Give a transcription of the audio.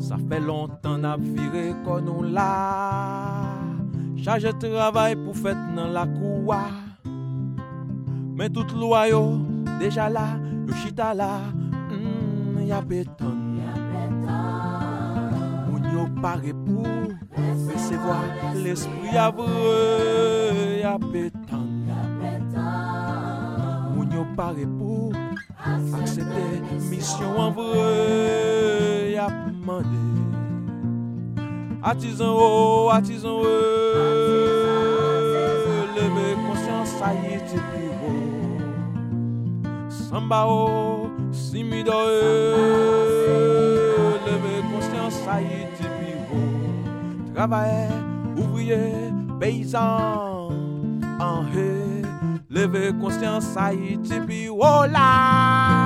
Ça fait longtemps n'a viré qu'on nous là. Charge de travail pour faire dans la cour. Mais toute loi yo déjà là, yo chita là. Y'a béton. Moun yo pare pour recevoir l'esprit à vrai. Y'a béton. Moun yo pare pour accepter mission en vrai. Y'a demandé. Artisan, levez conscience, ça y est, c'est plus beau. Samba, simido, levez conscience, ça y est, c'est plus beau. Travail, ouvrier, paysan, en haie, levez conscience, ça y est, c'est plus beau là.